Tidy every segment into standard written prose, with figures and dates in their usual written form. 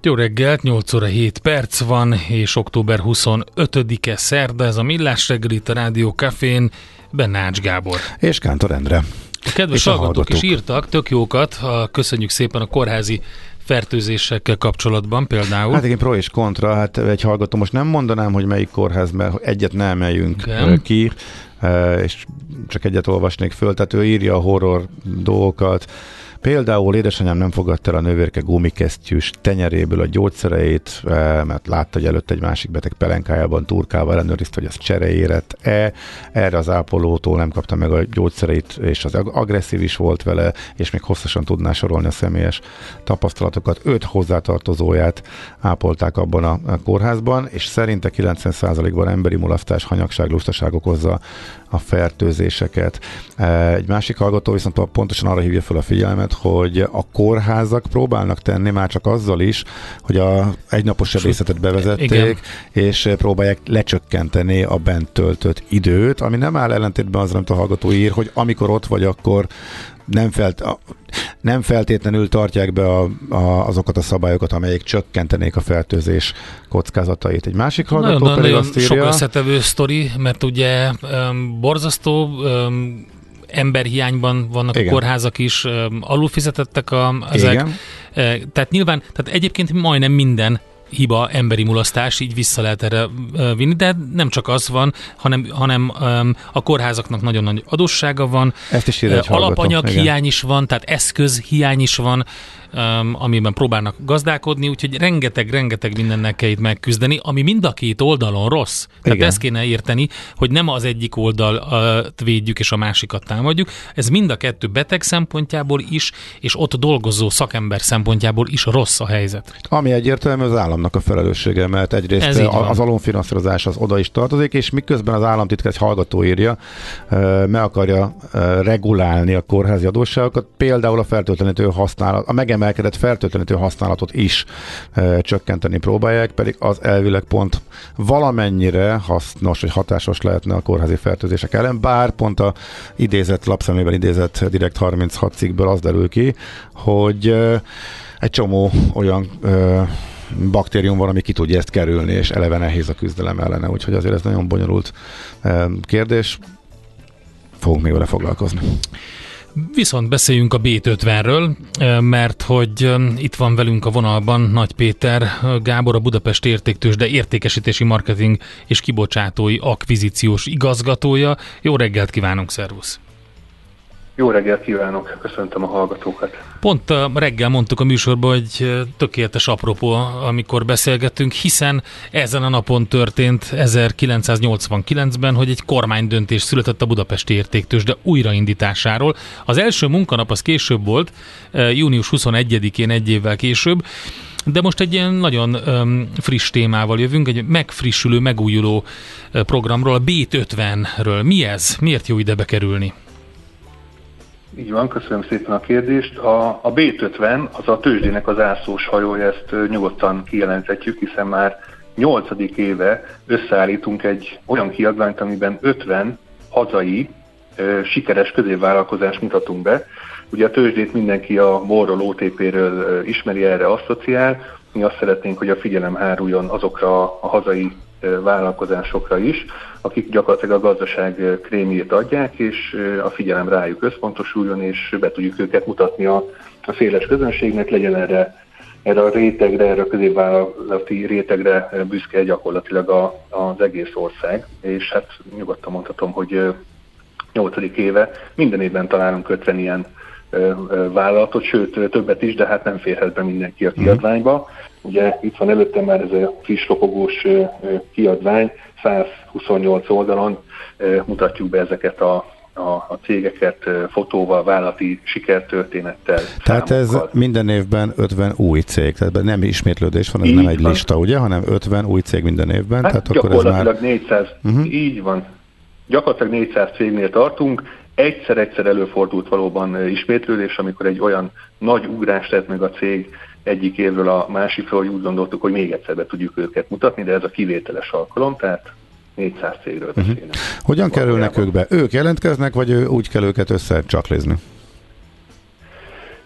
Jó reggelt, 8 óra 7 perc van, és október 25-e szerda, ez a Millás reggel itt a Rádió Cafén, benne Ács Gábor. És Kántor Endre. A kedves hallgatók is írtak, tök jókat, köszönjük szépen a kórházi fertőzésekkel kapcsolatban például. Hát igen, pro és kontra, hát egy hallgató, most nem mondanám, hogy melyik kórház, mert egyet nem emeljünk ki, és csak egyet olvasnék föl, tehát ő írja a horror dolgokat. Például édesanyám nem fogadta el a nővérke gumikesztyűs tenyeréből a gyógyszereit, mert látta, hogy előtt egy másik beteg pelenkájában turkálva ellenőrizte, hogy az csereérett-e. Erre az ápolótól nem kapta meg a gyógyszereit, és az agresszív is volt vele, és még hosszasan tudná sorolni a személyes tapasztalatokat. 5 hozzátartozóját ápolták abban a kórházban, és szerinte 90%-ban emberi mulasztás, hanyagság, lustaság okozza a fertőzéseket. Egy másik hallgató viszont pontosan arra hívja fel a figyelmet, hogy a kórházak próbálnak tenni már csak azzal is, hogy a egynapos sebészetet bevezették, igen, és próbálják lecsökkenteni a bent töltött időt, ami nem áll ellentétben azzal, amit a hallgató ír, hogy amikor ott vagy, akkor nem feltétlenül tartják be azokat a szabályokat, amelyek csökkentenék a fertőzés kockázatait. Egy másik hallgató pedig azt írja... Sok összetevő sztori, mert ugye borzasztó emberhiányban vannak, igen, a kórházak is, alulfizetettek ezek. Igen. Tehát nyilván, tehát egyébként majdnem minden hiba, emberi mulasztás, így vissza lehet erre vinni, de nem csak az van, hanem a kórházaknak nagyon nagy adóssága van, ezt is írja egy alapanyag hallgató, hiány is van, tehát eszközhiány is van, amiben próbálnak gazdálkodni, úgyhogy rengeteg mindennel kell itt megküzdeni, ami mind a két oldalon rossz. Tehát ezt kéne érteni, hogy nem az egyik oldalt védjük és a másikat támadjuk. Ez mind a kettő beteg szempontjából is, és ott dolgozó szakember szempontjából is rossz a helyzet. Ami egyértelmű az államnak a felelőssége, mert egyrészt az alulfinanszírozás az oda is tartozik, és miközben az államtitkár, egy hallgató írja, meg akarja regulálni a kórházi adósságokat, például a fertőtlenítő használat, a megemelkedett fertőtlenítő használatot is csökkenteni próbálják, pedig az elvileg pont valamennyire hasznos vagy hatásos lehetne a kórházi fertőzések ellen, bár pont a lapszemlében idézett Direkt 36 cikkből az derül ki, hogy egy csomó olyan baktérium van, ami ki tudja ezt kerülni, és eleve nehéz a küzdelem ellene, úgyhogy azért ez nagyon bonyolult kérdés. Fogunk még vele foglalkozni. Viszont beszéljünk a B50-ről, mert hogy itt van velünk a vonalban Nagy Péter Gábor, a Budapest Értéktőzsde értékesítési marketing és kibocsátói akvizíciós igazgatója. Jó reggelt kívánunk, szervusz! Jó reggelt kívánok, köszöntöm a hallgatókat. Pont reggel mondtuk a műsorban, hogy tökéletes apropó, amikor beszélgettünk, hiszen ezen a napon történt 1989-ben, hogy egy kormánydöntés született a Budapesti Értéktőzsde újraindításáról. Az első munkanap az később volt, június 21-én, egy évvel később, de most egy ilyen nagyon friss témával jövünk, egy megfrissülő, megújuló programról, a B50-ről. Mi ez? Miért jó ide bekerülni? Így van, köszönöm szépen a kérdést. A B50 az a tőzsdének az ászlós hajója, ezt nyugodtan kijelenthetjük, hiszen már 8. éve összeállítunk egy olyan kiadványt, amiben 50 hazai sikeres középvállalkozást mutatunk be. Ugye a tőzsdét mindenki a MOL-ról, OTP-ről ismeri, erre asszociál. Mi azt szeretnénk, hogy a figyelem háruljon azokra a hazai vállalkozásokra is, akik gyakorlatilag a gazdaság krémjét adják, és a figyelem rájuk összpontosuljon, és be tudjuk őket mutatni a széles közönségnek, legyen erre a rétegre, erre a középvállalati rétegre büszke gyakorlatilag az egész ország, és hát nyugodtan mondhatom, hogy 8. éve minden évben találunk 50 ilyen vállalatot, sőt többet is, de hát nem férhet be mindenki a kiadványba. Ugye itt van előttem már ez a friss lopogós kiadvány, 128 oldalon mutatjuk be ezeket a cégeket fotóval, vállalati sikertörténettel. Tehát ez minden évben 50 új cég, tehát nem ismétlődés van, ez nem egy lista, ugye, hanem 50 új cég minden évben. Hát tehát gyakorlatilag akkor ez már... 400, így van, gyakorlatilag 400 cégnél tartunk. Egyszer előfordult valóban ismétlődés, amikor egy olyan nagy ugrás tett meg a cég egyik évről a másikra, hogy úgy gondoltuk, hogy még egyszer be tudjuk őket mutatni, de ez a kivételes alkalom, tehát 400 cégről beszélnek. Hogyan kerülnek ők be? Ők jelentkeznek, vagy úgy kell őket összecsaklizni?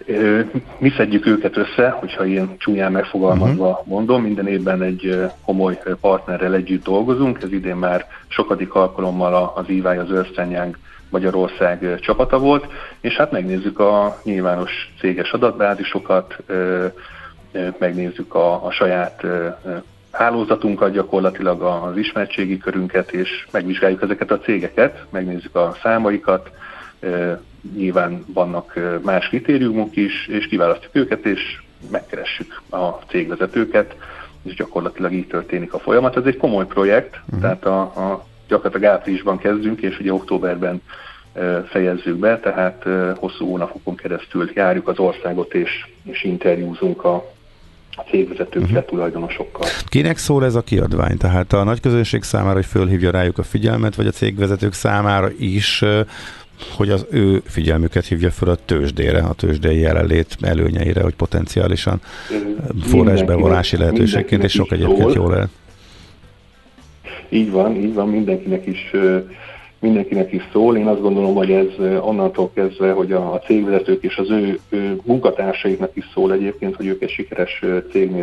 Mi szedjük őket össze, hogyha ilyen csúnyán megfogalmazva mondom, minden évben egy komoly partnerrel együtt dolgozunk, ez idén már sokadik alkalommal az EY, az Ernst & Young Magyarország csapata volt, és hát megnézzük a nyilvános céges adatbázisokat, megnézzük a saját hálózatunkat, gyakorlatilag az ismertségi körünket, és megvizsgáljuk ezeket a cégeket, megnézzük a számaikat, nyilván vannak más kritériumok is, és kiválasztjuk őket, és megkeressük a cégvezetőket, és gyakorlatilag így történik a folyamat. Ez egy komoly projekt, tehát gyakorlatilag áprilisban kezdünk, és ugye októberben fejezzük be, tehát hosszú hónapokon keresztül járjuk az országot, és interjúzunk a cégvezetőkkel, tulajdonosokkal. Kinek szól ez a kiadvány? Tehát a nagy közönség számára, hogy fölhívja rájuk a figyelmet, vagy a cégvezetők számára is, hogy az ő figyelmüket hívja föl a tőzsdére, a tőzsdei jelenlét előnyeire, hogy potenciálisan forrásbevonási lehetőségként, és sok egyébként jól lehet. Így van, mindenkinek is szól. Én azt gondolom, hogy ez onnantól kezdve, hogy a cégvezetők és az ő munkatársaiknak is szól egyébként, hogy ők egy sikeres cégnél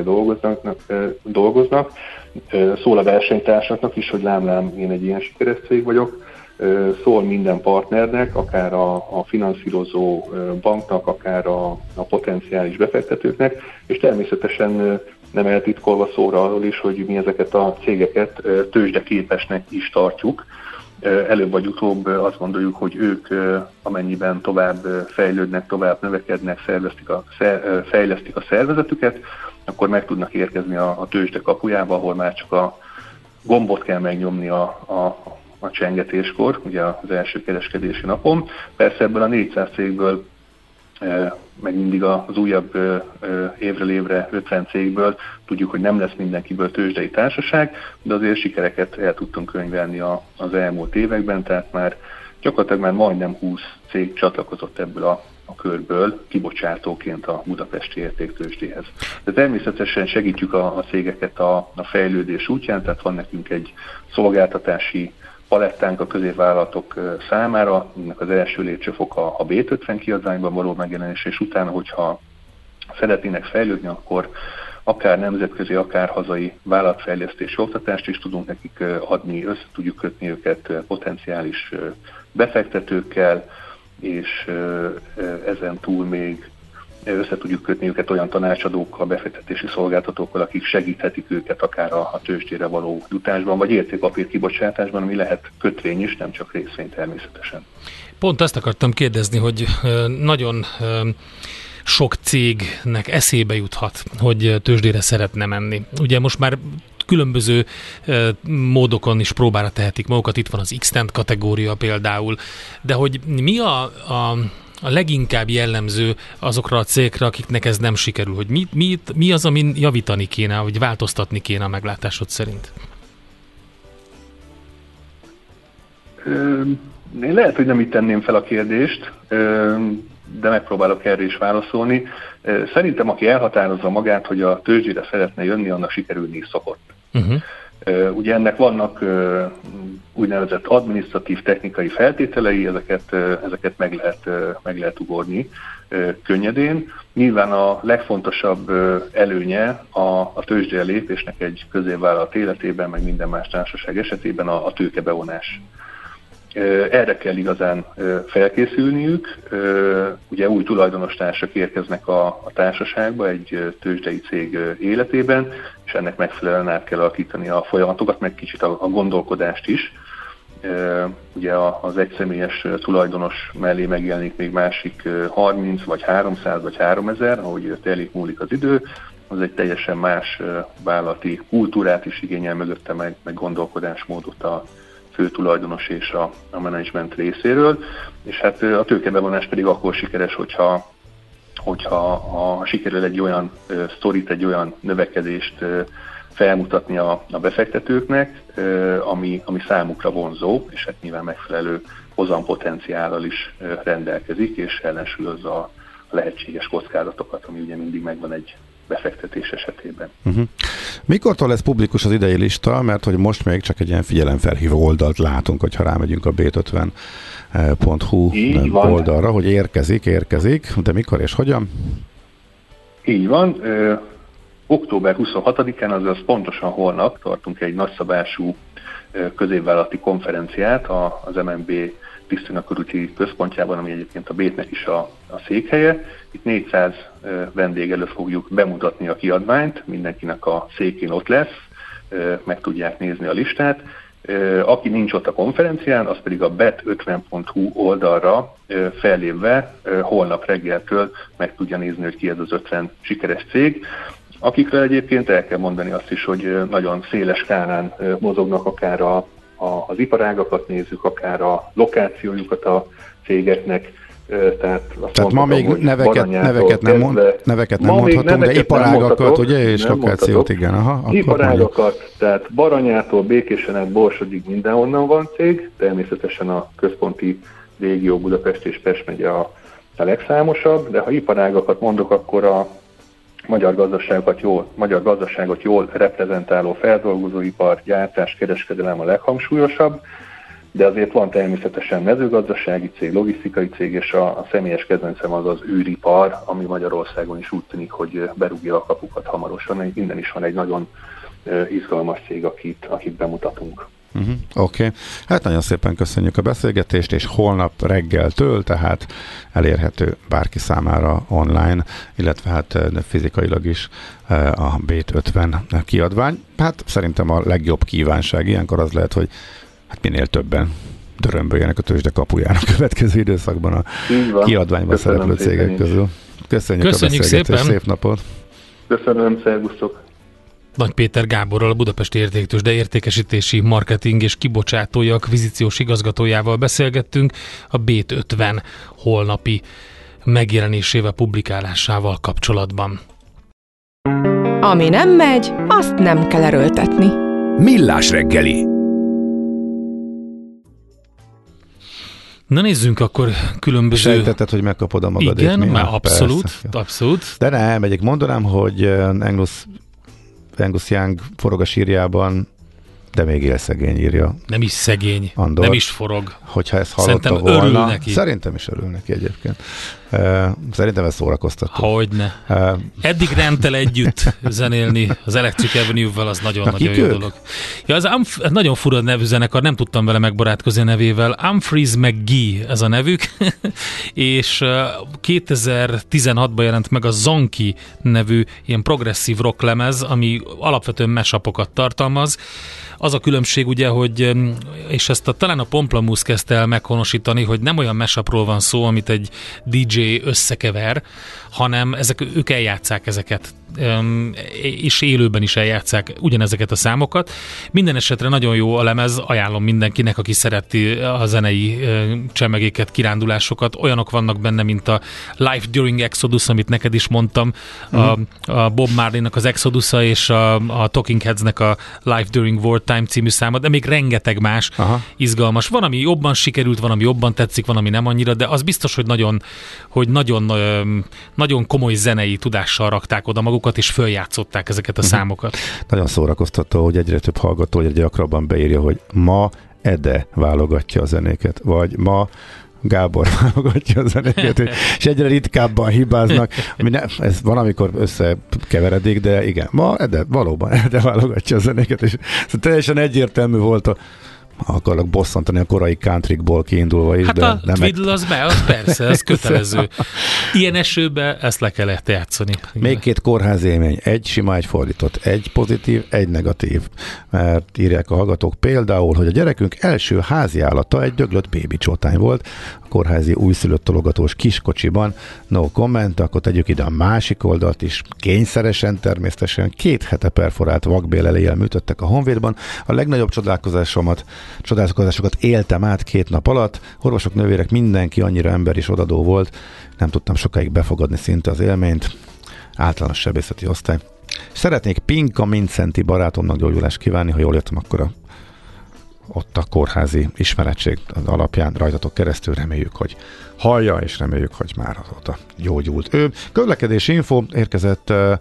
dolgoznak. Szól a versenytársaknak is, hogy lám, én egy ilyen sikeres cég vagyok. Szól minden partnernek, akár a finanszírozó banknak, akár a potenciális befektetőknek, és természetesen nem eltitkolva szóra arról is, hogy mi ezeket a cégeket tőzsdeképesnek is tartjuk. Előbb vagy utóbb azt gondoljuk, hogy ők amennyiben tovább fejlődnek, tovább növekednek, fejlesztik a szervezetüket, akkor meg tudnak érkezni a tőzsde kapujába, ahol már csak a gombot kell megnyomni a csengetéskor, ugye az első kereskedési napon. Persze ebből a 400 cégből, meg mindig az újabb évről évre 50 cégből tudjuk, hogy nem lesz mindenkiből tőzsdei társaság, de azért sikereket el tudtunk könyvelni az elmúlt években, tehát gyakorlatilag már majdnem 20 cég csatlakozott ebből a körből kibocsátóként a budapesti értéktőzsdéhez. De természetesen segítjük a cégeket a fejlődés útján, tehát van nekünk egy szolgáltatási palettánk a középvállalatok számára, ennek az első lépcsőfok a B50 kiadványban való megjelenés, és utána, hogyha szeretnének fejlődni, akkor akár nemzetközi, akár hazai vállalatfejlesztési oktatást is tudunk nekik adni, össze tudjuk kötni őket potenciális befektetőkkel, és ezen túl még össze tudjuk kötni őket olyan tanácsadókkal, befektetési szolgáltatókkal, akik segíthetik őket akár a tőzsdére való jutásban, vagy értékpapír kibocsátásban, ami lehet kötvény is, nem csak részvény természetesen. Pont azt akartam kérdezni, hogy nagyon sok cégnek eszébe juthat, hogy tőzsdére szeretne menni. Ugye most már különböző módokon is próbára tehetik magukat, itt van az X-Tent kategória például, de hogy mi a leginkább jellemző azokra a cégekre, akiknek ez nem sikerül, hogy mi az, amin javítani kéne, vagy változtatni kéne a meglátásod szerint? Én lehet, hogy nem itt tenném fel a kérdést, de megpróbálok erre is válaszolni. Szerintem, aki elhatározza magát, hogy a tőzsdére szeretne jönni, annak sikerülni is szokott. Ugye ennek vannak úgynevezett adminisztratív technikai feltételei, ezeket meg lehet ugorni könnyedén. Nyilván a legfontosabb előnye a tőzsdére lépésnek egy középvállalat életében, meg minden más társaság esetében a tőkebevonás. Erre kell igazán felkészülniük. Ugye új tulajdonos-társak érkeznek a társaságba egy tőzsdei cég életében, és ennek megfelelően át kell alakítani a folyamatokat, meg kicsit a gondolkodást is. Ugye az egyszemélyes tulajdonos mellé megjelenik még másik 30, vagy 300, vagy 3000, ahogy telik múlik az idő, az egy teljesen más vállalati kultúrát is igényel mögötte, meg gondolkodásmódot a főtulajdonos és a menedzsment részéről, és hát a tőkebevonás pedig akkor sikeres, hogyha sikerül egy olyan sztorit, egy olyan növekedést felmutatni a befektetőknek, ami számukra vonzó, és hát nyilván megfelelő hozampotenciállal is rendelkezik, és ellensúlyozza a lehetséges kockázatokat, ami ugye mindig megvan egy befektetés esetében. Mikortól lesz publikus az idei lista, mert hogy most még csak egy ilyen figyelemfelhívó oldalt látunk, hogyha rámegyünk a b50.hu oldalra, hogy érkezik, de mikor és hogyan? Így van. Október 26-án, azaz pontosan holnap tartunk egy nagyszabású középvállalati konferenciát az MNB Krisztina körúti központjában, ami egyébként a BÉT-nek is a székhelye. Itt 400 vendég előtt fogjuk bemutatni a kiadványt, mindenkinek a székén ott lesz, meg tudják nézni a listát. Aki nincs ott a konferencián, az pedig a bet50.hu oldalra fellépve holnap reggeltől meg tudja nézni, hogy ki ez az 50 sikeres cég, akikről egyébként el kell mondani azt is, hogy nagyon széles skálán mozognak, akár az iparágakat nézzük, akár a lokációjukat a cégeknek. Tehát ma még neveket nem mondhatunk, de iparágakat, ugye, és lokációt, igen. Iparágakat, tehát Baranyától Békésen át Borsodig mindenhonnan van cég, természetesen a központi régió Budapest és Pest megye a legszámosabb, de ha iparágakat mondok, akkor a magyar gazdaságot jól reprezentáló feldolgozóipar, gyártás, kereskedelem a leghangsúlyosabb, de azért van természetesen mezőgazdasági cég, logisztikai cég, és a személyes kedvencem az az űripar, ami Magyarországon is úgy tűnik, hogy berúgja a kapukat hamarosan. Innen is van egy nagyon izgalmas cég, akit bemutatunk. Oké. Hát nagyon szépen köszönjük a beszélgetést, és holnap reggeltől, tehát elérhető bárki számára online, illetve hát fizikailag is a B50 kiadvány. Hát szerintem a legjobb kívánság ilyenkor az lehet, hogy hát minél többen dörömböljenek a tőzsde kapuján a következő időszakban a kiadványban szereplő cégek közül. Köszönjük a beszélgetést, szépen. Szép napot! Köszönöm, szervusztok! Nagy Péter Gáborral, a Budapesti Értéktőzsde értékesítési, marketing és kibocsátói akvizíciós igazgatójával beszélgettünk a B50 holnapi megjelenésével, publikálásával kapcsolatban. Ami nem megy, azt nem kell erőltetni. Millás reggeli. Na nézzünk akkor különböző... Sejtetted, hogy megkapod a magadét. Igen, már abszolút. De nem, egyik mondanám, hogy Angus Young forog a sírjában, de még él szegény, írja. Nem is szegény, Andor, nem is forog. Hogyha ezt hallotta volna. Szerintem örül neki. Szerintem is örül neki egyébként. Szerintem ez szórakoztató. Hogyne. Eddig Rentel együtt zenélni az Electric Avenue-vel, az nagyon-nagyon jó dolog. Ja, az nagyon fura nevű zenekar, nem tudtam vele megbarátkozni a nevével. Humphreys McGee ez a nevük, és 2016-ban jelent meg a Zonky nevű ilyen progresszív rock lemez, ami alapvetően mashupokat tartalmaz. Az a különbség ugye, hogy, és ezt talán a Pomplamoose kezdte el meghonosítani, hogy nem olyan mashupról van szó, amit egy DJ összekever, hanem ők eljátszák ezeket, és élőben is eljátszák ugyanezeket a számokat. Minden esetre nagyon jó a lemez, ajánlom mindenkinek, aki szereti a zenei csemegéket, kirándulásokat. Olyanok vannak benne, mint a Life During Exodus, amit neked is mondtam, a Bob Marley-nak az Exodus-a, és a Talking Heads-nek a Life During Wartime című száma, de még rengeteg más izgalmas. Van, ami jobban sikerült, van, ami jobban tetszik, van, ami nem annyira, de az biztos, hogy nagyon komoly zenei tudással rakták oda magukat, és följátszották ezeket a számokat. Nagyon szórakoztató, hogy egyre több hallgató, hogy egyre gyakrabban beírja, hogy ma Ede válogatja a zenéket, vagy ma Gábor válogatja a zenéket, és egyre ritkábban hibáznak. Ez van, amikor összekeveredik, de igen, ma valóban Ede válogatja a zenéket, és teljesen egyértelmű volt akarlak bosszantani a korai countrykból kiindulva is. Hát de a twiddle az persze, ez kötelező. Ilyen esőben ezt le kellett játszani. Még két kórház élmény, egy sima, egy fordított, egy pozitív, egy negatív. Mert írják a hallgatók például, hogy a gyerekünk első házi állata egy döglött bébi csótány volt, a kórházi újszülött tologatós kiskocsiban, no comment, akkor tegyük ide a másik oldalt is, kényszeresen természetesen 2 hete perforált vakbéleléllyel műtöttek a Honvédban. A legnagyobb csodálkozásokat éltem át 2 nap alatt, orvosok, nővérek, mindenki annyira ember és odadó volt, nem tudtam sokáig befogadni szinte az élményt. Általános sebészeti osztály. Szeretnék Pinka Mincenti barátomnak gyógyulást kívánni, ha jól értem, akkor ott a kórházi ismeretség alapján rajtatok keresztül reméljük, hogy hallja, és reméljük, hogy már azóta gyógyult ő. Közlekedési info érkezett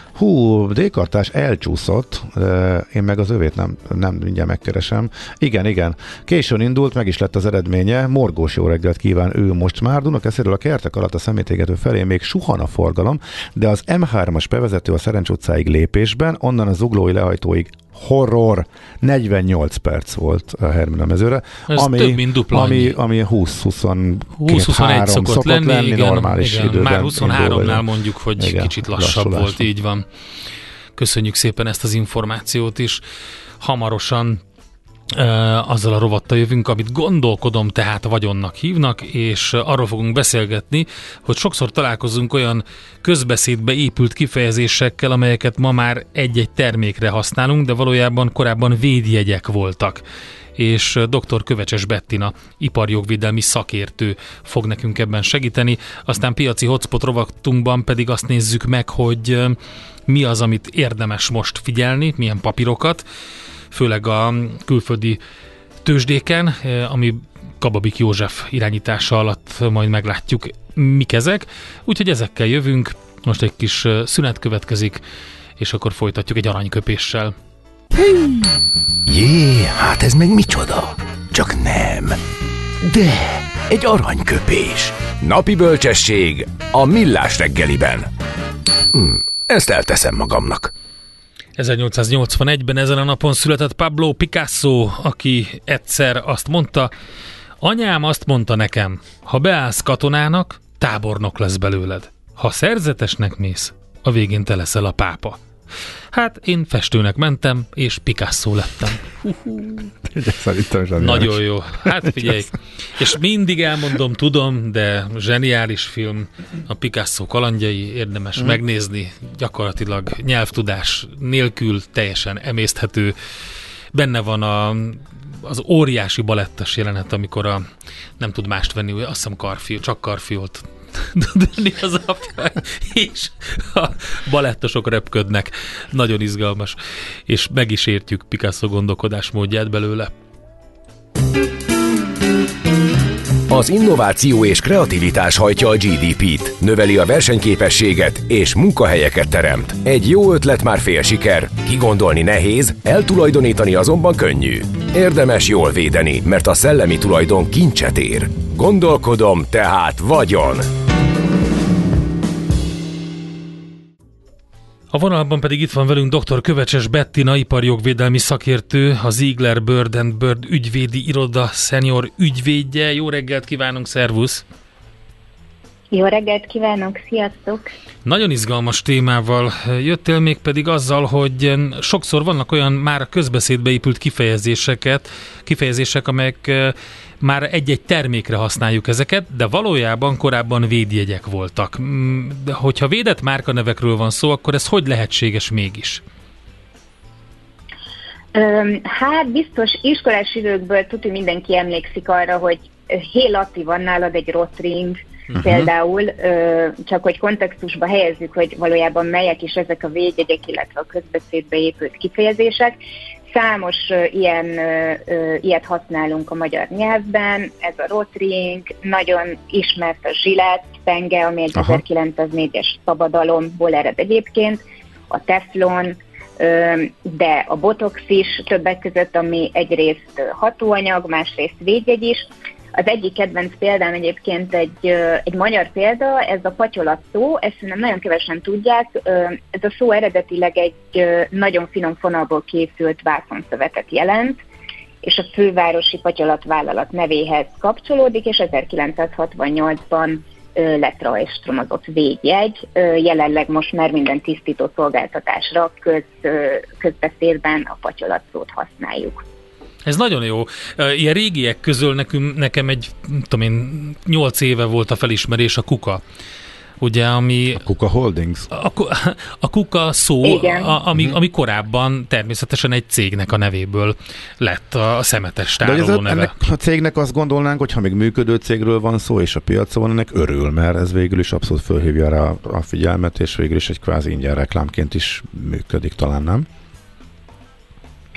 D-kartás elcsúszott, én meg az övét nem mindjárt megkeresem. Igen, későn indult, meg is lett az eredménye, morgós jó reggelt kíván ő most már. Dunakesziről a kertek alatt a szemétégető felé még suhan a forgalom, de az M3-as bevezető a Szerencs utcáig lépésben, onnan a Zuglói lehajtóig horror, 48 perc volt a Hermina mezőre, több mint dupla ami 20-21 szokott lenni igen, normális időben. Már 23-nál mondjuk, hogy igen, kicsit lassabb volt, így van. Köszönjük szépen ezt az információt is. Hamarosan azzal a rovattal jövünk, amit gondolkodom, tehát vagyonnak hívnak, és arról fogunk beszélgetni, hogy sokszor találkozunk olyan közbeszédbe épült kifejezésekkel, amelyeket ma már egy-egy termékre használunk, de valójában korábban védjegyek voltak. És dr. Kövecses Bettina, iparjogvédelmi szakértő fog nekünk ebben segíteni. Aztán piaci hotspot rovatunkban pedig azt nézzük meg, hogy mi az, amit érdemes most figyelni, milyen papírokat, főleg a külföldi tőzsdéken, ami Kababik József irányítása alatt majd meglátjuk, mik ezek. Úgyhogy ezekkel jövünk, most egy kis szünet következik, és akkor folytatjuk egy aranyköpéssel. Jé, hát ez meg micsoda? Csak nem. De, egy aranyköpés. Napi bölcsesség a Millás reggeliben. Ezt elteszem magamnak. 1881-ben ezen a napon született Pablo Picasso, aki egyszer azt mondta, anyám azt mondta nekem, ha beállsz katonának, tábornok lesz belőled. Ha szerzetesnek mész, a végén te leszel a pápa. Hát én festőnek mentem, és Picasso lettem. Nagyon jó. Hát figyelj, és mindig elmondom, tudom, de zseniális film, a Picasso kalandjai, érdemes megnézni, gyakorlatilag nyelvtudás nélkül teljesen emészthető. Benne van az óriási balettas jelenet, amikor nem tud mást venni, azt hiszem csak karfiót dönni az apja, és a balettosok röpködnek. Nagyon izgalmas, és meg is értjük Picasso gondolkodásmódját belőle. Az innováció és kreativitás hajtja a GDP-t, növeli a versenyképességet és munkahelyeket teremt. Egy jó ötlet már fél siker, kigondolni nehéz, eltulajdonítani azonban könnyű. Érdemes jól védeni, mert a szellemi tulajdon kincset ér. Gondolkodom, tehát vagyon! A vonalban pedig itt van velünk dr. Kövecses Bettina, iparjogvédelmi szakértő, a Ziegler Bird & Bird ügyvédi iroda szenior ügyvédje. Jó reggelt kívánunk, szervusz! Jó reggelt kívánok, sziasztok! Nagyon izgalmas témával jöttél, még pedig azzal, hogy sokszor vannak olyan már közbeszédbe épült kifejezések, amelyek már egy-egy termékre használjuk ezeket, de valójában korábban védjegyek voltak. De hogyha védett márkanevekről van szó, akkor ez hogy lehetséges mégis? Hát biztos iskolás időkből tudja, mindenki emlékszik arra, hogy hé Latti, van nálad egy Rotring, például, csak hogy kontextusba helyezzük, hogy valójában melyek is ezek a védjegyek, illetve a közbeszédbe épült kifejezések. Számos ilyet használunk a magyar nyelvben, ez a Rotring, nagyon ismert a Gillette penge, ami egy 1904-es szabadalomból ered egyébként, a Teflon, de a Botox is többek között, ami egyrészt hatóanyag, másrészt védjegy is. Az egyik kedvenc példám egyébként egy magyar példa, ez a patyolat szó, ezt nem nagyon kevesen tudják, ez a szó eredetileg egy nagyon finom fonalból készült vászonszövetet jelent, és a fővárosi patyolatvállalat nevéhez kapcsolódik, és 1968-ban lett rajzstromozott védjegy, jelenleg most már minden tisztító szolgáltatásra közbeszédben a patyolat szót használjuk. Ez nagyon jó. Ilyen régiek közül nekem 8 éve volt a felismerés a Kuka. Ugye, ami... A Kuka Holdings. A Kuka szó, ami korábban természetesen egy cégnek a nevéből lett a szemetes tároló neve. Ennek a cégnek azt gondolnánk, hogy ha még működő cégről van szó, és a piacon van, ennek örül, mert ez végül is abszolút fölhívja rá a figyelmet, és végül is egy kvázi ingyen reklámként is működik, talán nem?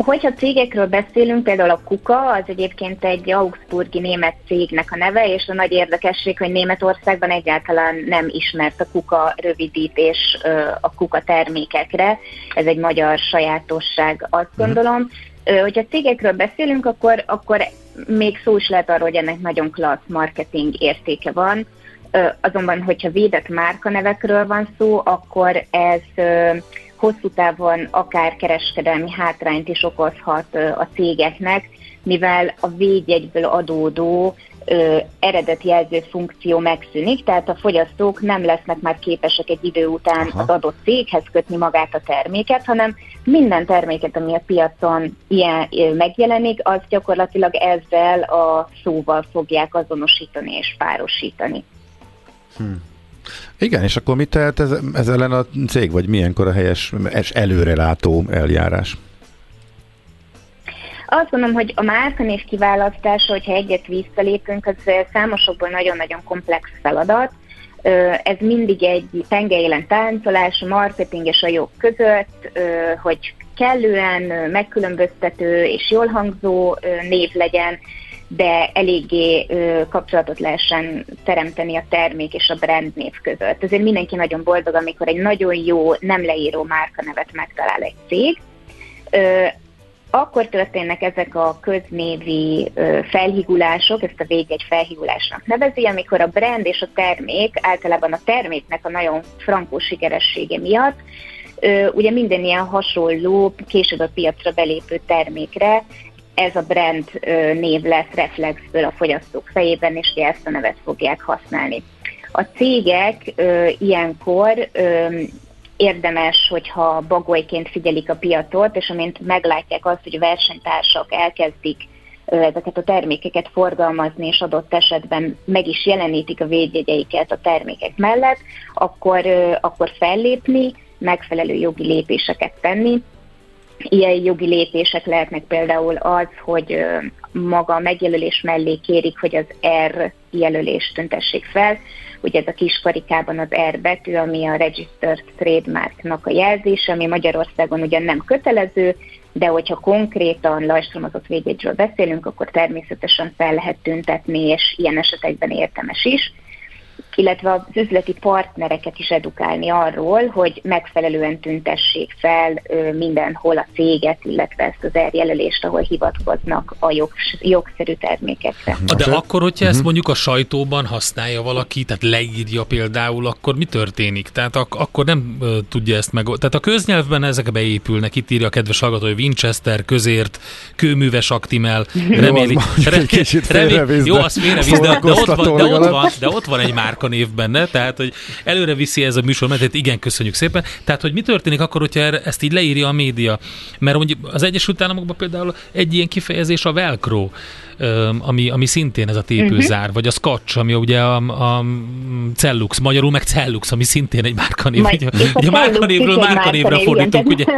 Hogyha cégekről beszélünk, például a KUKA, az egyébként egy augsburgi német cégnek a neve, és a nagy érdekesség, hogy Németországban egyáltalán nem ismert a KUKA rövidítés a KUKA termékekre. Ez egy magyar sajátosság, azt gondolom. Hogyha cégekről beszélünk, akkor még szó is lehet arról, hogy ennek nagyon klassz marketing értéke van. Azonban, hogyha védett márkanevekről van szó, akkor ez hosszú távon akár kereskedelmi hátrányt is okozhat a cégeknek, mivel a védjegyből adódó eredeti jelző funkció megszűnik, tehát a fogyasztók nem lesznek már képesek egy idő után az adott céghez kötni magát a terméket, hanem minden terméket, ami a piacon ilyen megjelenik, az gyakorlatilag ezzel a szóval fogják azonosítani és párosítani. Igen, és akkor mit tehet ez ellen a cég, vagy milyenkor a helyes előrelátó eljárás? Azt gondolom, hogy a márkanév kiválasztása, hogyha egyet visszalépünk, az számosokból nagyon-nagyon komplex feladat. Ez mindig egy tengelyelen táncolás, a marketing és a jog között, hogy kellően megkülönböztető és jól hangzó név legyen, de eléggé kapcsolatot lehessen teremteni a termék és a brand név között. Ezért mindenki nagyon boldog, amikor egy nagyon jó, nem leíró márkanevet megtalál egy cég. Akkor történnek ezek a köznévi felhigulások, ezt a védjegy felhigulásnak nevezi, amikor a brand és a termék, általában a terméknek a nagyon frankó sikeressége miatt, ugye minden ilyen hasonló, később a piacra belépő termékre ez a brand név lesz reflexből a fogyasztók fejében, és ezt a nevet fogják használni. A cégek ilyenkor érdemes, hogyha bagolyként figyelik a piacot, és amint meglátják azt, hogy a versenytársak elkezdik ezeket a termékeket forgalmazni, és adott esetben meg is jelenítik a védjegyeiket a termékek mellett, akkor fellépni, megfelelő jogi lépéseket tenni. Ilyen jogi lépések lehetnek például az, hogy maga a megjelölés mellé kérik, hogy az R jelölést tüntessék fel. Ugye ez a kis karikában az R betű, ami a Registered Trademarknak a jelzése, ami Magyarországon ugyan nem kötelező, de hogyha konkrétan lajstromozott védjegyről beszélünk, akkor természetesen fel lehet tüntetni, és ilyen esetekben érdemes is. Illetve az üzleti partnereket is edukálni arról, hogy megfelelően tüntessék fel mindenhol a céget, illetve ezt az R-jelölést, ahol hivatkoznak a jogszerű termékekre. De akkor, hogyha ezt mondjuk a sajtóban használja valaki, tehát leírja például, akkor mi történik? Tehát akkor nem tudja ezt meg... Tehát a köznyelvben ezek beépülnek, itt írja a kedves hallgató, hogy Winchester, közért, kőműves aktimel, reméli... Jó, azt félrevisz, de ott van egy márkanév benne, tehát hogy előre viszi ez a műsor, mert igen, köszönjük szépen. Tehát, hogy mi történik akkor, hogyha ezt így leírja a média? Mert mondjuk az Egyesült Államokban például egy ilyen kifejezés a velcro, ami szintén ez a tépőzár, vagy a scotch, ami ugye a cellux, magyarul meg cellux, ami szintén egy márkanév. Ugye márkanévről márkanévre fordítunk, ugye?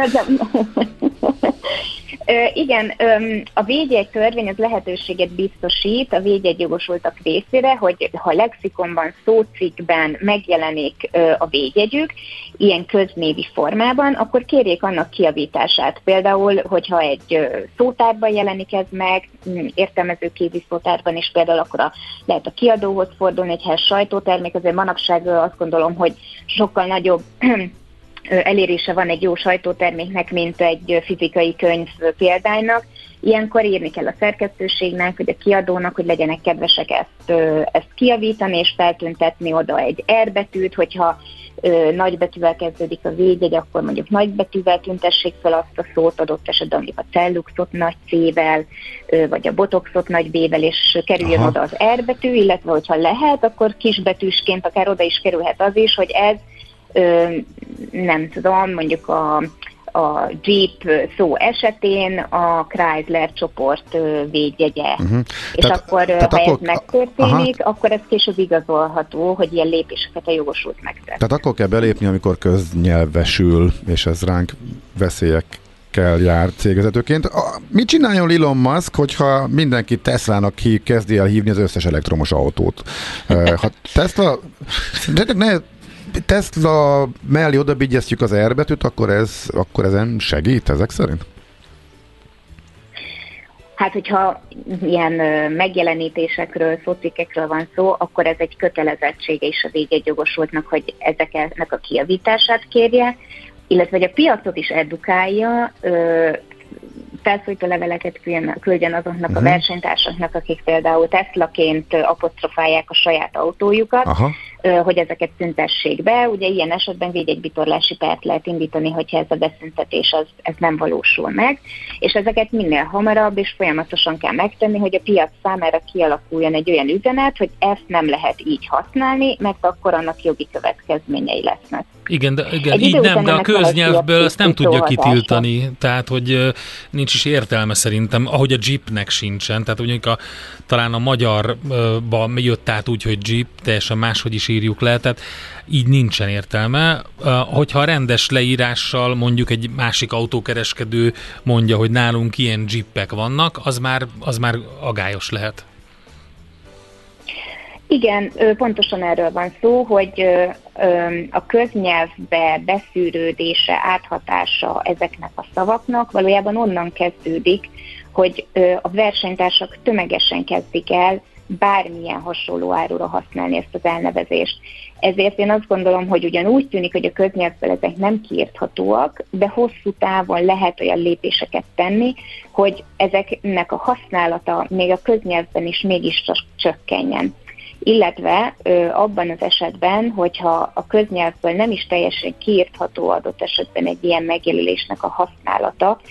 Igen, a védjegy törvény az lehetőséget biztosít a védjegyjogosultak részére, hogy ha lexikonban, szócikkben megjelenik a védjegyük, ilyen köznévi formában, akkor kérjék annak kijavítását. Például, hogyha egy szótárban jelenik ez meg, értelmező kézi szótárban is például, akkor lehet a kiadóhoz fordulni, egy sajtótermék, azért manapság azt gondolom, hogy sokkal nagyobb elérése van egy jó sajtóterméknek, mint egy fizikai könyv példánynak. Ilyenkor írni kell a szerkesztőségnek, vagy a kiadónak, hogy legyenek kedvesek ezt kijavítani, és feltüntetni oda egy R betűt, hogyha nagybetűvel kezdődik a védjegy, akkor mondjuk nagybetűvel tüntessék fel azt a szót, adott esetben mondjuk a celluxot nagy C-vel, vagy a botoxot nagy B-vel, és kerüljön oda az R betű, illetve hogyha lehet, akkor kisbetűsként akár oda is kerülhet az is, hogy ez nem tudom, mondjuk a Jeep szó esetén a Chrysler csoport védjegye. És akkor, ha ez megtörténik, akkor ez később igazolható, hogy ilyen lépéseket a jogosult megtett. Tehát akkor kell belépni, amikor köznyelvesül, és ez ránk veszélyekkel jár cégvezetőként. Mit csináljon Elon Musk, hogyha mindenki Teslának kezdi el hívni az összes elektromos autót? Ha Tesla mellé odabigyeztjük az R betűt, akkor ezen segít ezek szerint? Hát, hogyha ilyen megjelenítésekről, szocikekről van szó, akkor ez egy kötelezettsége is a védjegyjogosultnak, hogy ezeknek a kijavítását kérje, illetve hogy a piacot is edukálja, felszólító leveleket küldjen azoknak a versenytársaknak, akik például Teslaként apostrofálják a saját autójukat, hogy ezeket szüntessék be. Ugye ilyen esetben védjegybitorlási pert lehet indítani, hogyha ez a beszüntetés ez nem valósul meg, és ezeket minél hamarabb és folyamatosan kell megtenni, hogy a piac számára kialakuljon egy olyan üzenet, hogy ezt nem lehet így használni, mert akkor annak jogi következményei lesznek. Igen, így nem, de a köznyelvből ezt nem tudja kitiltani, tehát hogy nincs is értelme szerintem, ahogy a Jeepnek sincsen, tehát mondjuk talán a magyarba jött át úgy, hogy Jeep, teljesen máshogy is írjuk le, tehát így nincsen értelme. Hogyha rendes leírással mondjuk egy másik autókereskedő mondja, hogy nálunk ilyen Jeepek vannak, az már agályos lehet. Igen, pontosan erről van szó, hogy a köznyelvbe beszűrődése, áthatása ezeknek a szavaknak valójában onnan kezdődik, hogy a versenytársak tömegesen kezdik el bármilyen hasonló árura használni ezt az elnevezést. Ezért én azt gondolom, hogy ugyan úgy tűnik, hogy a köznyelvből ezek nem kiírthatóak, de hosszú távon lehet olyan lépéseket tenni, hogy ezeknek a használata még a köznyelvben is mégis csökkenjen. Illetve abban az esetben, hogyha a köznyelvből nem is teljesen kiírtható adott esetben egy ilyen megjelölésnek a használata,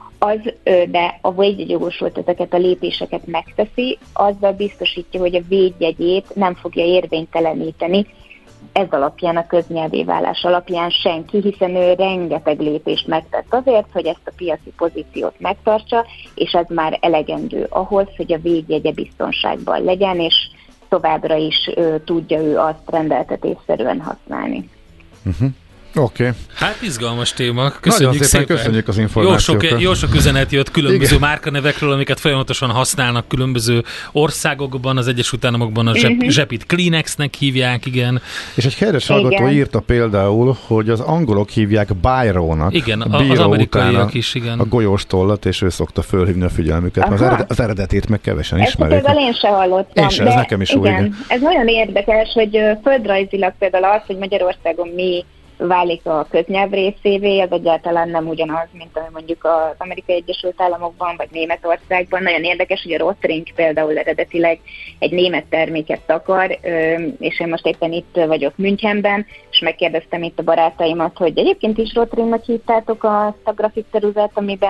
de a védjegyjogosult ezeket a lépéseket megteszi, azzal biztosítja, hogy a védjegyét nem fogja érvényteleníteni ez alapján, a köznyelvé válás alapján senki, hiszen ő rengeteg lépést megtett azért, hogy ezt a piaci pozíciót megtartsa, és ez már elegendő ahhoz, hogy a védjegye biztonságban legyen, és továbbra is tudja ő azt rendeltetésszerűen használni. Oké. Hát izgalmas téma. Köszönjük szépen. Köszönjük az információkat. Jó sok üzenet jött különböző márkanevekről, amiket folyamatosan használnak különböző országokban, az Egyesült Államokban a zsepit Kleenexnek hívják, igen. És egy kedves hallgató írta például, hogy az angolok hívják Byrónak. Igen, az amerikaiak is, igen. A golyós tollat, és ő szokta fölhívni a figyelmüket. Az eredetét meg kevesen ismerik. Ezt például én sem hallottam. Ez nekem is új. Igen. Ez nagyon érdekes, hogy földrajzilag például az, hogy Magyarországon mi válik a köznyelv részévé, az egyáltalán nem ugyanaz, mint ami mondjuk az Amerikai Egyesült Államokban, vagy Németországban. Nagyon érdekes, hogy a Rotring például eredetileg egy német terméket takar, és én most éppen itt vagyok Münchenben, és megkérdeztem itt a barátaimat, hogy egyébként is Rotringnak hívtátok a grafitteruzet, amiben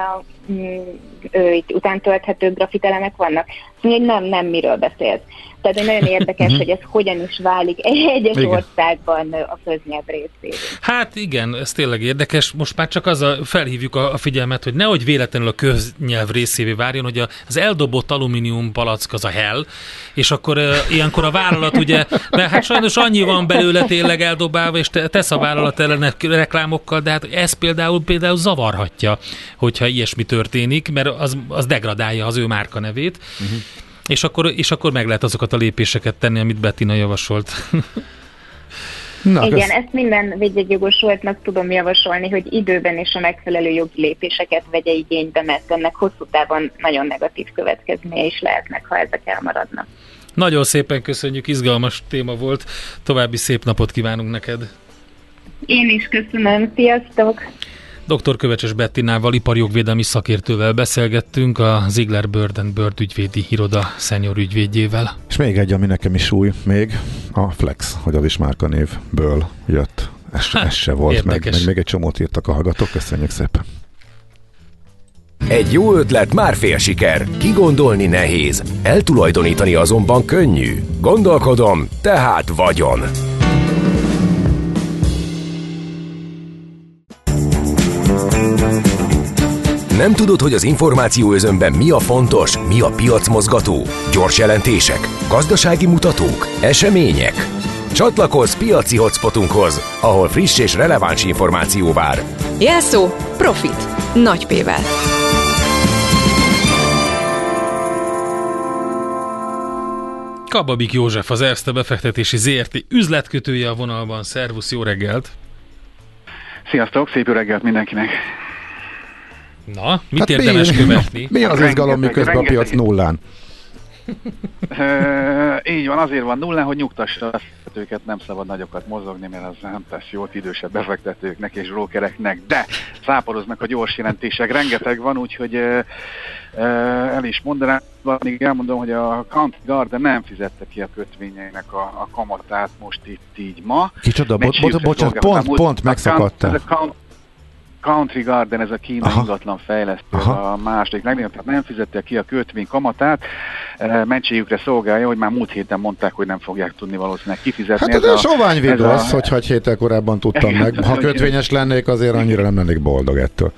utántölthető grafitelemek vannak. Azt mondja, hogy nem, miről beszélsz. Tehát nagyon érdekes, hogy ez hogyan is válik egyes országban a köznyelv részévé. Hát igen, ez tényleg érdekes. Most már csak felhívjuk a figyelmet, hogy nehogy véletlenül a köznyelv részévé várjon, hogy az eldobott alumínium palack az a hell, és akkor ilyenkor a vállalat ugye, mert hát sajnos annyi van belőle tényleg eldobálva, és tesz a vállalat ellen reklámokkal, de hát ez például zavarhatja, hogyha ilyesmi történik, mert az degradálja az ő márkanevét. És akkor meg lehet azokat a lépéseket tenni, amit Bettina javasolt. Igen, ezt minden védjegyjogosultnak tudom javasolni, hogy időben és a megfelelő jogi lépéseket vegye igénybe, mert ennek hosszú távon nagyon negatív következményei is lehetnek, ha ezek elmaradnak. Nagyon szépen köszönjük, izgalmas téma volt. További szép napot kívánunk neked. Én is köszönöm, sziasztok! Dr. Kövecses Bettinával, iparjogvédelmi szakértővel beszélgettünk, a Ziegler Bird & Bird ügyvédi iroda senior ügyvédjével. És még egy, ami nekem is új, még a Flex, hogy az is márkanévből jött. Ez se volt, meg még egy csomót írtak a hallgatók. Köszönjük szépen! Egy jó ötlet már fél siker, kigondolni nehéz, eltulajdonítani azonban könnyű. Gondolkodom, tehát vagyon. Nem tudod, hogy az információ özönben mi a fontos, mi a piacmozgató? Gyors jelentések, gazdasági mutatók, események? Csatlakozz piaci hotspotunkhoz, ahol friss és releváns információ vár. Jelszó Profit. Nagy P-vel. Kababik József, az Erste befektetési ZRT üzletkötője a vonalban. Szervusz, jó reggelt! Sziasztok, szép jó reggelt mindenkinek! Na, mit érdemes követni? Mi az izgalom, miközben a piac nullán? Így van, azért van nullán, hogy nyugtassa a befektetőket, nem szabad nagyokat mozogni, mert az nem tesz jót idősebb befektetőknek és brokereknek, de száporoznak a gyors jelentések, rengeteg van, úgyhogy el is mondanám, még elmondom, hogy a Country Garden nem fizette ki a kötvényeinek a kamatát most itt így ma. Kicsoda, bocsánat, pont megszakadtál. Country Garden, ez a kínai ingatlan fejlesztő, a második legnagyobb, tehát nem fizette ki a kötvény kamatát, mentségükre szolgálja, hogy már múlt héten mondták, hogy nem fogják tudni valószínűleg kifizetni. Hát ez a sovány vigasz, hogyha egy héttel korábban tudtam meg. Ha kötvényes lennék, azért annyira nem lennék boldog ettől.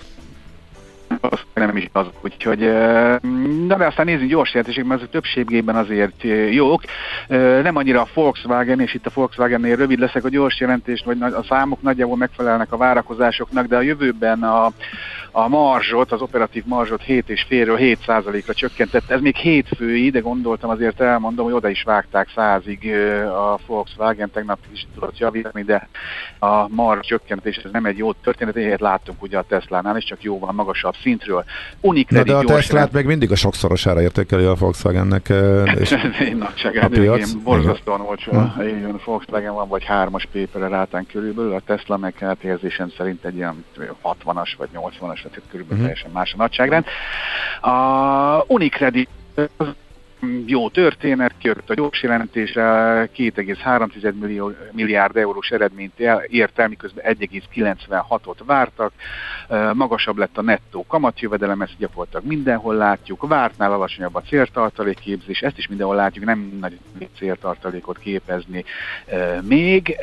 Nem is az, úgyhogy de aztán nézzünk gyors jelentések, mert azok többségében azért jók. Nem annyira a Volkswagen, és itt a Volkswagennél rövid leszek a gyors jelentést, vagy a számok nagyjából megfelelnek a várakozásoknak, de a jövőben a marzsot, az operatív marzsot 7,5-ről 7%-ra csökkentette. Ez még hétfői, de gondoltam, azért elmondom, hogy oda is vágták 100-ig a Volkswagen, tegnap is tudott javítani, de a marzs csökkentés ez nem egy jó történet, ilyet láttunk ugye a Teslánál, és csak jóval magasabb szintről. De a Teslát meg mindig a sokszorosára értékeli a Volkswagennek. És a piac. Borzasztóan olcsó. A Volkswagen van, vagy 3-as paper rátán körülbelül, a Tesla meg hát érzésem szerint egy ilyen 60-as vagy 80-as, tehát körülbelül teljesen más a nagyságrend. A Unicredit jó történet, kijött a gyors jelentésre, 2,3 milliárd eurós eredményt ért el, miközben 1,96-ot vártak, magasabb lett a nettó kamatjövedelem, ezt gyakorlatilag mindenhol látjuk, vártnál alacsonyabb a céltartalékképzés, ezt is mindenhol látjuk, nem nagy céltartalékot képezni még.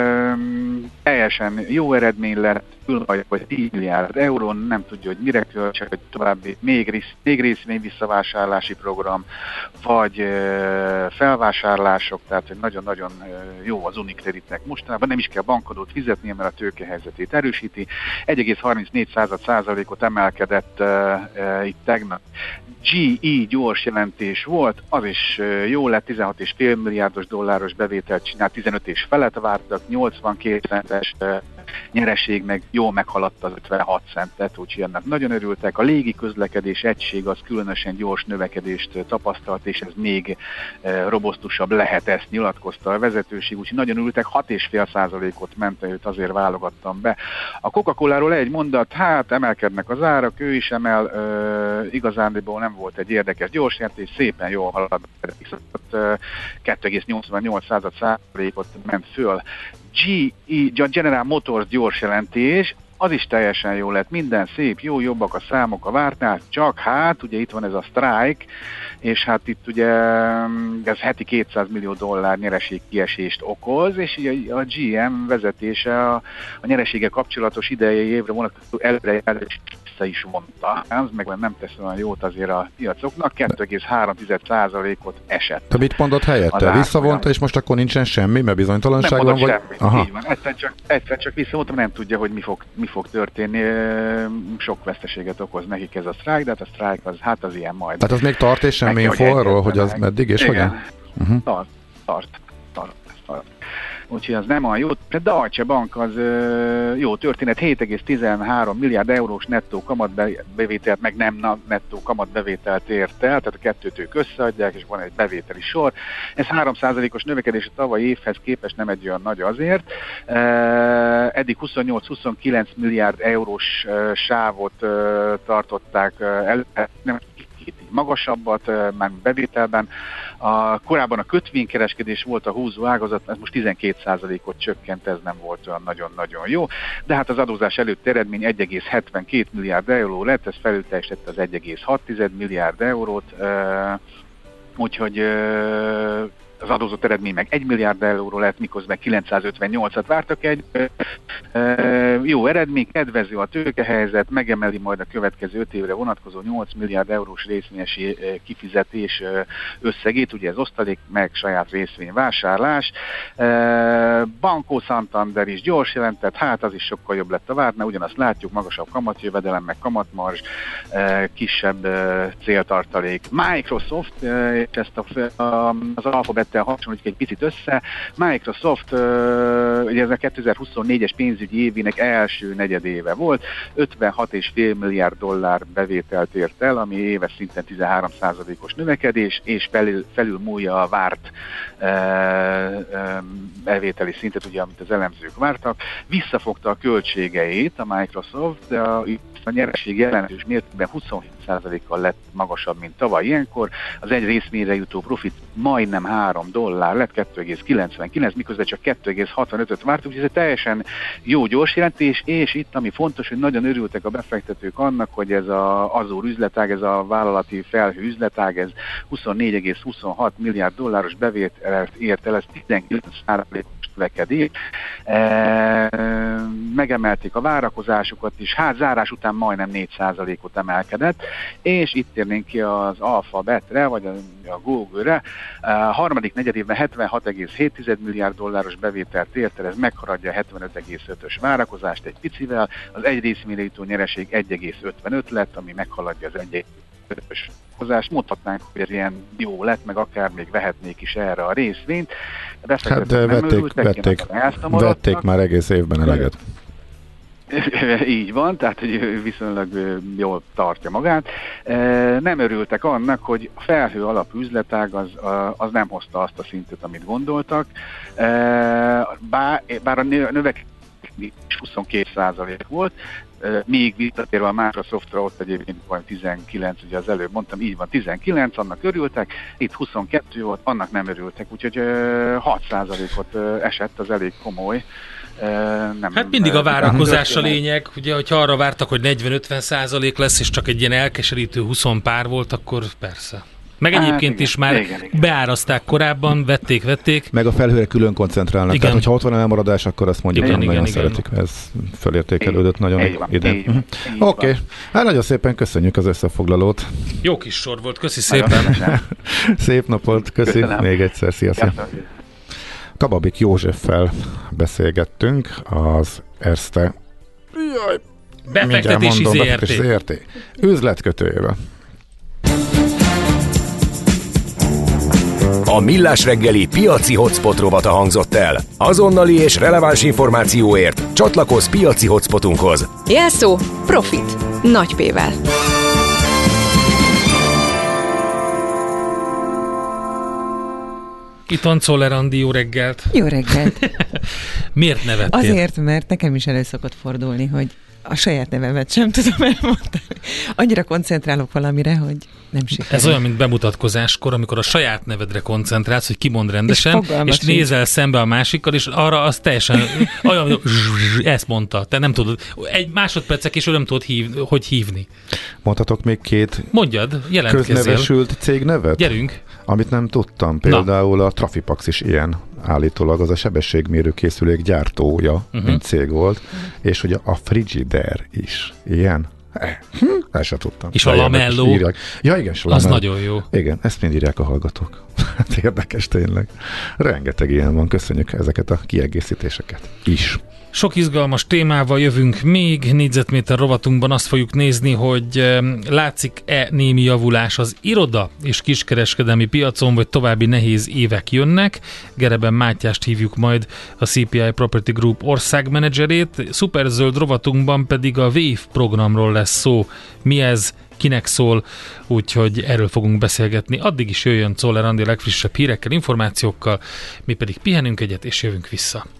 Teljesen jó eredmény lett, vagy 10 milliárd euró, nem tudja, hogy mire költsek, hogy további még részvény visszavásárlási program, vagy felvásárlások, tehát hogy nagyon-nagyon jó az Unicreditnek mostanában, nem is kell bankadót fizetnie, mert a tőkehelyzetét erősíti. 1,34%-ot emelkedett itt tegnap. GE gyors jelentés volt, az is jó lett, 16,5 milliárdos dolláros bevételt csinált, 15 és felett vártak, 82 centes nyereség meg jól meghaladta az 56 centet, úgyhogy ennek nagyon örültek. A légi közlekedés egység az különösen gyors növekedést tapasztalt, és ez még robosztusabb lehet, ezt nyilatkozta a vezetőség, úgyhogy nagyon örültek, 6,5%-ot ment, őt azért válogattam be. A Coca-Coláról egy mondat, hát emelkednek az árak, ő is emel, igazándiból nem volt egy érdekes gyors jelentés, szépen jól halad, 2,88%-ot ment föl. General Motors gyors jelentés, az is teljesen jó lett, minden szép, jó, jobbak a számok a vártnál, csak hát ugye itt van ez a sztrájk, és hát itt ugye ez heti $200 millió nyereségkiesést okoz, és ugye a GM vezetése a nyeresége kapcsolatos idei évre vonatkozó előrejelzést vissza is vonta. Ez meg nem tesz olyan jót azért a piacoknak, 2,3%-ot esett. Te mit mondott helyette? Visszavonta, és most akkor nincsen semmi, mert bizonytalanság van? Nem mondott semmit, így van. Egyszer csak visszavonta, nem tudja, hogy mi fog történni. Sok veszteséget okoz nekik ez a sztrájk, de hát a sztrájk az ilyen majd. Tehát az még tart, és semmi info arról, hogy az meddig és hogyan? Tart. Úgyhogy az nem olyan jó. A Deutsche Bank az jó történet, 7,13 milliárd eurós nettó kamatbevételt, meg nem nettó kamatbevételt ért el, tehát a kettőt ők összeadják, és van egy bevételi sor. Ez 3%-os növekedés a tavalyi évhez képest nem egy olyan nagy azért. Eddig 28-29 milliárd eurós sávot tartották el, nem magasabbat, már bevételben. Korábban a kötvénykereskedés volt a húzó ágazat, ez most 12%-ot csökkent, ez nem volt olyan nagyon-nagyon jó, de hát az adózás előtt eredmény 1,72 milliárd euró lett, ez felülteljesítette az 1,6 milliárd eurót, úgyhogy az adózott eredmény meg 1 milliárd euró lett, miközben 958-at vártak egy. Jó eredmény, kedvező a tőkehelyzet, megemeli majd a következő 5 évre vonatkozó 8 milliárd eurós részvényesi kifizetés összegét, ugye ez osztalék, meg saját részvényvásárlás. Banco Santander is gyors jelentett, hát az is sokkal jobb lett a vártnál, ugyanazt látjuk, magasabb kamatjövedelem, meg kamatmarzs, kisebb céltartalék. Microsoft, és ezt az Alphabettel hasonlítjuk egy picit össze. Microsoft, ugye ez a 2024 2014-es pénzügyi évének első negyedéve volt, $56,5 milliárd bevételt ért el, ami éves szinten 13%-os növekedés, és felülmúlja a várt bevételi szintet, ugye, amit az elemzők vártak. Visszafogta a költségeit a Microsoft, de a nyereség jelentős mértékben 27%-kal lett magasabb, mint tavaly ilyenkor. Az egy részmérre jutó profit majdnem $3 lett, 2,99, miközben csak 2,65-öt vártuk, úgyhogy ez egy teljesen jó gyors jelentés, és itt ami fontos, hogy nagyon örültek a befektetők annak, hogy ez az Azure üzletág, ez a vállalati felhő üzletág, ez $24,26 milliárd bevételt ért el, ez 19%-os növekedés. Megemelték a várakozásukat is, zárás után majdnem 4%-ot emelkedett, és itt térnénk ki az Alphabetre, vagy a Google-re. A harmadik negyedévben $76,7 milliárd bevételt ért el, ez meghaladja a 75,5-ös várakozást egy picivel, az egy részmérre jutó nyereség 1,55 lett, ami meghaladja az 1,5-ös várakozást. Mondhatnánk, hogy ez ilyen jó lett, meg akár még vehetnék is erre a részvényt. Hát de vették már egész évben eleget. Így van, tehát hogy viszonylag jól tartja magát. Nem örültek annak, hogy a felhő alapú üzletág az nem hozta azt a szintet, amit gondoltak. Bár a növekedés 22% volt, még visszatérve a Microsoftra, ott egyébként van 19, ugye az előbb mondtam, így van 19, annak örültek, itt 22 volt, annak nem örültek, úgyhogy 6%-ot esett, az elég komoly. Hát mindig a várakozás a lényeg, ugye, hogyha arra vártak, hogy 40-50% lesz, és csak egy ilyen elkeserítő 20 pár volt, akkor persze. Meg egyébként igen, is már igen. Beárazták korábban, vették. Meg a felhőre külön koncentrálnak. Igen. Tehát, hogyha ott van elmaradás, akkor azt mondjuk, hogy nagyon szeretik. Ez felértékelődött nagyon ide. Oké. Hát nagyon szépen köszönjük az összefoglalót. Jó kis sor volt, köszi szépen. Szép napot, köszi. Köszönöm. Még egyszer, sziasztok. Kababik Józseffel beszélgettünk, az Erste befektetési ZRT üzletkötőjével. A Millás reggeli piaci hotspot rovata hangzott el. Azonnali és releváns információért csatlakozz piaci hotspotunkhoz. Jelszó Profit. Nagy P-vel. Itt van Czoller Andi, jó reggelt! Jó reggelt! Miért nevettél? Azért, mert nekem is elő szokott fordulni, hogy a saját nevemet sem tudom elmondani. Annyira koncentrálok valamire, hogy nem sikerül. Ez olyan, mint bemutatkozáskor, amikor a saját nevedre koncentrálsz, hogy kimond rendesen, és nézel szembe a másikkal, és arra az teljesen olyan, hogy ezt mondta. Te nem tudod, egy másodpercek is nem tudod hogy hívni. Mondhatok még két jelentkezzél. Köznevesült cégnevet? Gyerünk. Amit nem tudtam. Például a Trafipax is ilyen állítólag, az a sebességmérő készülék gyártója, mint cég volt, és hogy a Frigidaire is ilyen. Ezt sem tudtam. És a Lamello. Ja, igen, az nagyon jó. Igen, ezt mind írják a hallgatók. Hát érdekes tényleg. Rengeteg ilyen van, köszönjük ezeket a kiegészítéseket is. Sok izgalmas témával jövünk még, négyzetméter rovatunkban azt fogjuk nézni, hogy látszik-e némi javulás az iroda és kiskereskedelmi piacon, vagy további nehéz évek jönnek. Gereben Mátyást hívjuk majd, a CPI Property Group országmenedzserét. Szuperzöld rovatunkban pedig a Wave programról lesz szó. Mi ez? Kinek szól, úgyhogy erről fogunk beszélgetni. Addig is jöjjön Czoller Andi a legfrissebb hírekkel, információkkal, mi pedig pihenünk egyet, és jövünk vissza.